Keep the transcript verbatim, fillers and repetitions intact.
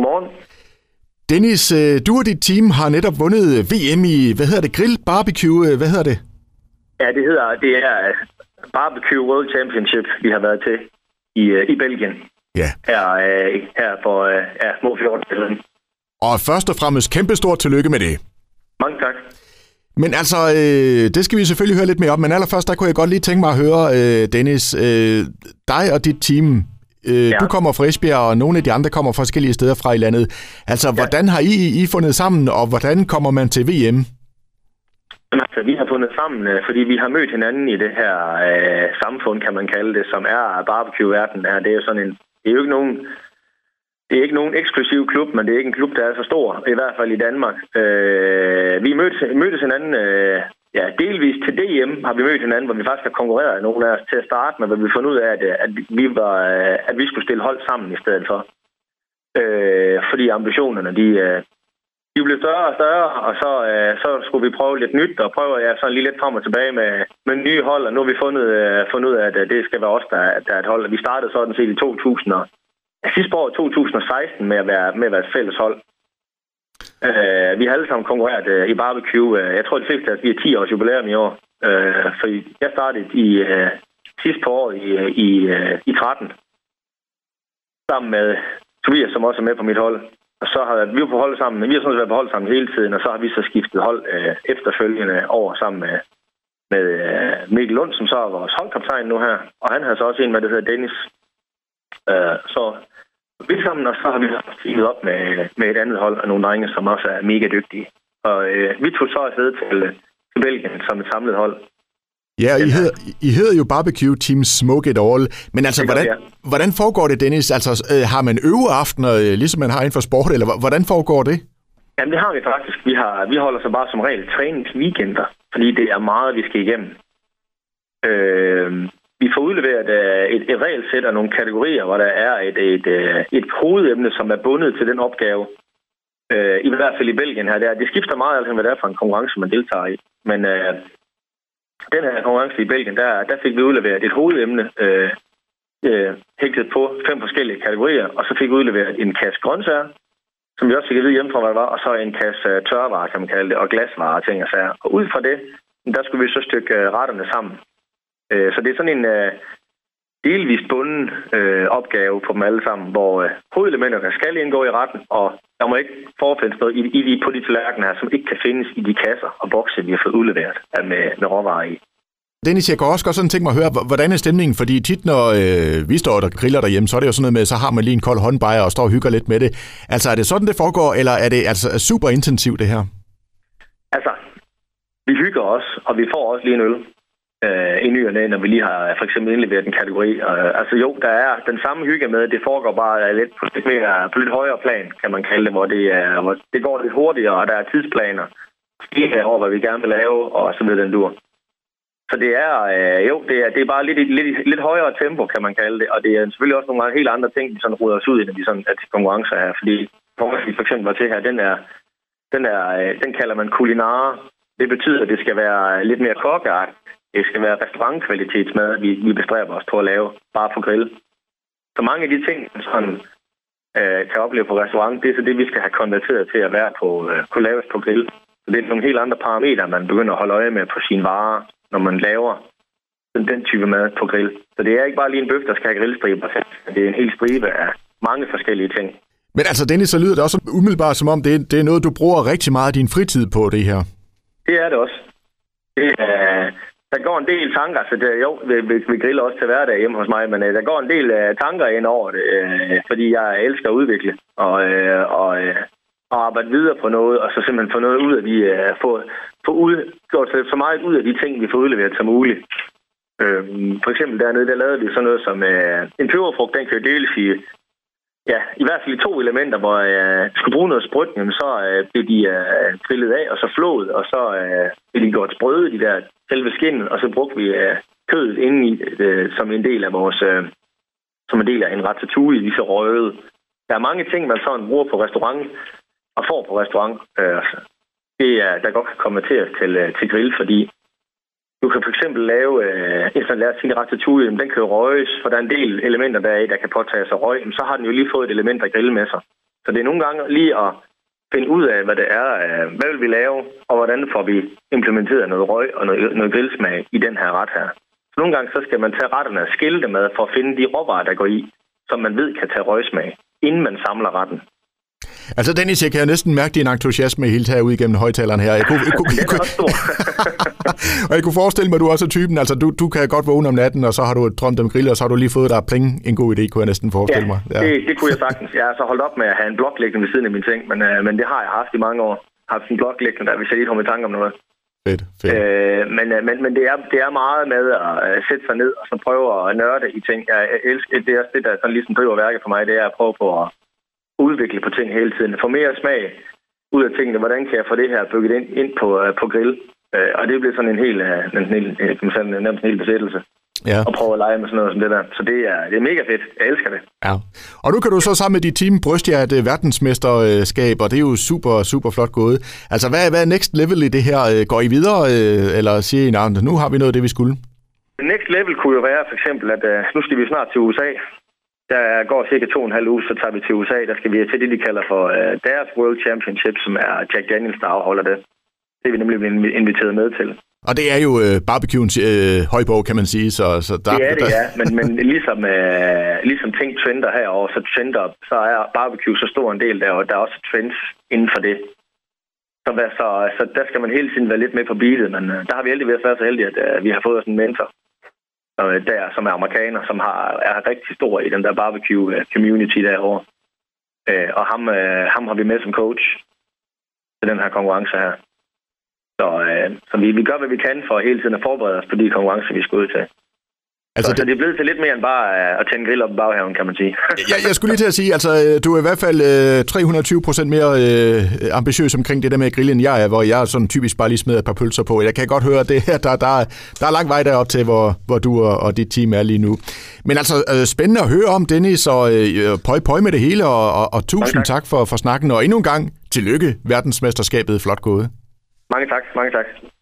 Godmorgen. Dennis, du og dit team har netop vundet V M i, hvad hedder det, grill, barbecue, hvad hedder det? Ja, det hedder, det er Barbecue World Championship, vi har været til i, i Belgien. Ja. Her, her for ja, små fjorten siden. Og først og fremmest kæmpestort tillykke med det. Mange tak. Men altså, øh, det skal vi selvfølgelig høre lidt mere om, men allerførst, der kunne jeg godt lige tænke mig at høre, øh, Dennis, øh, dig og dit team, øh, ja. Du kommer fra Esbjerg, og nogle af de andre kommer fra forskellige steder fra i landet. Altså, ja. Hvordan har I, I fundet sammen, og hvordan kommer man til V M? Altså, vi har fundet sammen, fordi vi har mødt hinanden i det her øh, samfund, kan man kalde det, som er barbecue-verden her. Det er jo sådan en, det er jo ikke nogen... Det er ikke nogen eksklusiv klub, men det er ikke en klub, der er så stor, i hvert fald i Danmark. Øh, vi mødtes, mødtes hinanden, øh, ja, delvis til D M har vi mødt hinanden, hvor vi faktisk har konkurreret nogle af os til at starte med, hvor vi fandt ud af, at, at, vi, var, at vi skulle stille hold sammen i stedet for. Øh, fordi ambitionerne, de, de blev større og større, og så, øh, så skulle vi prøve lidt nyt, og prøve ja, sådan lige lidt frem og tilbage med, med nye hold, og nu har vi fundet, øh, fundet ud af, at det skal være os, der, der er et hold. Vi startede sådan set i to tusind og sidste år to tusind og seksten med at være, med at være et fælles hold. Uh, vi har alle sammen konkurreret uh, i barbecue. Uh, jeg tror, det fleste at vi er ti års jubilæum i år. Uh, for jeg startede i uh, sidste på året i, uh, i, uh, i tretten. Sammen med Tobias, som også er med på mit hold. Og så har vi jo på hold sammen. Vi har sådan set været på hold sammen hele tiden, og så har vi så skiftet hold uh, efterfølgende over sammen med, med uh, Mikkel Lund, som så er vores holdkaptajn nu her. Og han har så også en med, der hedder Dennis. Uh, så vi sammen, og så har vi teamet op med, med et andet hold og nogle drenge, som også er mega dygtige. Og uh, vi tog så afsted til, til Belgien som et samlet hold. Ja, I hedder, I hedder jo Barbecue Team Smoke It All. Men altså, hvordan, hvordan foregår det, Dennis? Altså, øh, har man øveaftener, øh, ligesom man har inden for sport, eller hvordan foregår det? Jamen, det har vi faktisk. Vi, har, vi holder så bare som regel træningsweekender, fordi det er meget, vi skal igennem. Øh, Vi får udleveret et, et regelsæt af nogle kategorier, hvor der er et, et, et hovedemne, som er bundet til den opgave. Uh, I hvert fald i Belgien her. Der, det skifter meget, altså, hvad det er for en konkurrence, man deltager i. Men uh, den her konkurrence i Belgien, der, der fik vi udleveret et hovedemne, uh, uh, hægtet på fem forskellige kategorier, og så fik vi udleveret en kasse grøntsager, som vi også fik at vide hjemmefra, hvad det var, og så en kasse tørvarer, kan man kalde det, og glasvarer og ting og sager. Og ud fra det, der skulle vi så stykke retterne sammen. Så det er sådan en uh, delvist bunden uh, opgave på dem alle sammen, hvor uh, hovedelementerne skal indgå i retten, og der må ikke forfindes noget i, i, på de tallerkener her, som ikke kan findes i de kasser og bokse, vi har fået udleveret med, med råvarer i. Dennis, jeg kan også godt sådan tænke mig at høre, hvordan er stemningen? Fordi tit, når øh, vi står og griller derhjemme, så er det jo sådan noget med, så har man lige en kold håndbajer og står og hygger lidt med det. Altså, er det sådan, det foregår, eller er det altså super intensivt, det her? Altså, vi hygger os, og vi får også lige en øl. Uh, i ny og næ, når vi lige har for eksempel indleveret en kategori. Uh, altså jo, der er den samme hygge med, det foregår bare lidt på lidt, mere, på lidt højere plan, kan man kalde det, hvor det, uh, hvor det går lidt hurtigere, og der er tidsplaner over, hvad vi gerne vil lave, og så videre den dur. Så det er, uh, jo, det er, det er bare lidt, lidt, lidt højere tempo, kan man kalde det, og det er selvfølgelig også nogle helt andre ting, vi sådan ruder os ud i, når vi sådan er til konkurrencer her, fordi vi for eksempel var til her, den er, den er, den kalder man kulinare. Det betyder, at det skal være lidt mere kokkeagtigt. Det skal være restaurantkvalitetsmad, vi, vi bestræber os på at lave, bare på grill. Så mange af de ting, som øh, kan opleve på restaurant, det er så det, vi skal have konverteret til at være på, øh, kunne laves på grill. Så det er nogle helt andre parametre, man begynder at holde øje med på sine varer, når man laver den, den type mad på grill. Så det er ikke bare lige en bøf, der skal have grillstriber. Det er en hel stribe af mange forskellige ting. Men altså, Dennis, så lyder det også umiddelbart som om, det er, det er noget, du bruger rigtig meget af din fritid på, det her. Det er det også. Det er... Der går en del tanker, så det, jo, vi, vi griller også til hverdag hjemme hos mig, men uh, der går en del uh, tanker ind over det, uh, fordi jeg elsker at udvikle og, uh, og, uh, og arbejde videre på noget, og så simpelthen få noget ud af de, uh, få, få ud, gjort så meget ud af de ting, vi får udleveret som muligt. Uh, for eksempel dernede, der lavede vi sådan noget som uh, en peberfrugt, den kan jo deles i, ja, i hvert fald i to elementer, hvor jeg uh, skulle bruge noget sprødning, så uh, blev de uh, grillet af, og så flået, og så uh, blev de gjort sprøde, de der selve skinnet, og så brugte vi uh, kødet indeni uh, som en del af vores, uh, som en del af en ratatouille, lige så røget. Der er mange ting, man sådan bruger på restaurant, og får på restaurant. Uh, det er, der godt kan konverteres til, uh, til grill, fordi du kan for eksempel lave uh, en sådan lært sin ratatouille, den kan jo røges, for der er en del elementer der er i, der kan påtage sig røg, så har den jo lige fået et element af grill med sig. Så det er nogle gange lige at finde ud af, hvad det er, hvad vil vi lave, og hvordan får vi implementeret noget røg og noget, noget grillsmag i den her ret her. Så nogle gange så skal man tage retterne og skille dem med for at finde de råvarer, der går i, som man ved kan tage røgsmag, inden man samler retten. Altså Dennis, jeg kan jo næsten mærke din entusiasme helt herude igennem højtaleren her. Jeg kunne, jeg kunne, jeg kunne, og jeg kunne forestille mig, at du også er typen, altså du, du kan godt vågne om natten, og så har du drømt om grill, og så har du lige fået dig pling. En god idé, kunne jeg næsten forestille ja, mig. Ja, det, det kunne jeg sagtens. Jeg har så holdt op med at have en blok liggende ved siden af min seng, men, øh, men det har jeg haft i mange år. Jeg har haft en blok liggende der, hvis jeg lige kommer i tanke om noget. Fedt, fedt. Øh, men men, men det, er, det er meget med at sætte sig ned og så prøve at nørde i ting. Jeg elsker, det er det, der sådan ligesom driver værket for mig, det er at prøve på at udvikle på ting hele tiden. Få mere smag ud af tingene. Hvordan kan jeg få det her bygget ind, ind på, på grill? Øh, og det bliver sådan en hel, en hel, en, nærmest en hel besættelse. Ja. Og prøve at lege med sådan noget som det der. Så det er, det er mega fedt. Jeg elsker det. Ja. Og nu kan du så sammen med dit team bryste jer et verdensmesterskab, og det er jo super, super flot gået. Altså, hvad, hvad er next level i det her? Går I videre, eller siger I, nah, nu har vi noget af det, vi skulle? Next level kunne jo være for eksempel, at uh, nu skal vi snart til U S A. Der går cirka to og en halv uge, så tager vi til U S A. Der skal vi til det, de kalder for uh, deres World Championship, som er Jack Daniels, der afholder det. Det er vi nemlig blevet inviteret med til. Og det er jo øh, barbecuens øh, højborg, kan man sige. Så, så der, det er det, der... ja. Men, men ligesom, øh, ligesom ting trender herovre, så trender, så er barbecue så stor en del der, og der er også trends inden for det. Så, så, så der skal man hele tiden være lidt med på beatet, men øh, der har vi heldigvis været så heldige, at øh, vi har fået os en mentor øh, der, som er amerikaner, som har, er rigtig stor i den der barbecue-community derovre. Øh, og ham, øh, ham har vi med som coach til den her konkurrence her. Så, øh, så vi, vi gør, hvad vi kan for hele tiden at forberede os på de konkurrencer, vi skal ud til. Altså, så, det... så det er blevet til lidt mere end bare uh, at tænde grill op i baghaven, kan man sige. jeg, jeg skulle lige til at sige, altså du er i hvert fald uh, tre hundrede og tyve procent mere uh, ambitiøs omkring det der med at grille, end jeg er, hvor jeg er sådan typisk bare lige smider et par pølser på. Jeg kan godt høre, at det her, der, der, der er lang vej derop til, hvor, hvor du og, og dit team er lige nu. Men altså, uh, spændende at høre om, Dennis, og uh, pøj pøj med det hele, og, og, og tusind tak, tak for, for snakken, og endnu en gang tillykke verdensmesterskabet, flot gået. Mange tak, mange tak.